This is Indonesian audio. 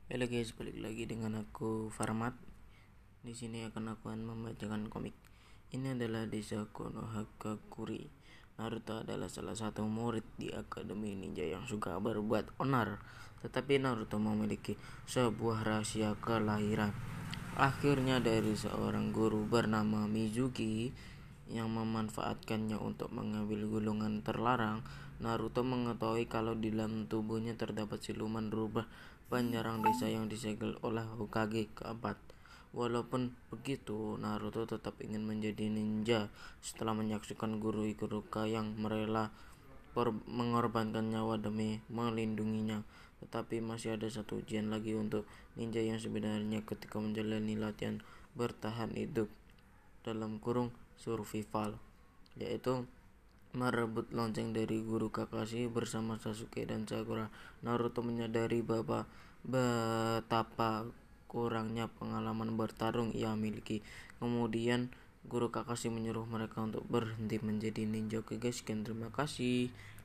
Halo guys, balik lagi dengan aku Farmat. Di sini akan membacakan komik. Ini adalah Desa Konohagakure. Naruto adalah salah satu murid di Akademi Ninja yang suka berbuat onar. Tetapi Naruto memiliki sebuah rahasia kelahiran. Akhirnya dari seorang guru bernama Mizuki yang memanfaatkannya untuk mengambil gulungan terlarang, Naruto mengetahui kalau di dalam tubuhnya terdapat siluman rubah penyerang desa yang disegel oleh Hokage keempat. Walaupun begitu, Naruto tetap ingin menjadi ninja setelah menyaksikan guru Ikuruka yang merela mengorbankan nyawa demi melindunginya. Tetapi masih ada satu ujian lagi untuk ninja yang sebenarnya ketika menjalani latihan bertahan hidup survival, yaitu merebut lonceng dari guru Kakashi bersama Sasuke dan Sakura. Naruto menyadari betapa kurangnya pengalaman bertarung ia miliki. Kemudian guru Kakashi menyuruh mereka untuk berhenti menjadi ninja. Oke guys, sekian, terima kasih.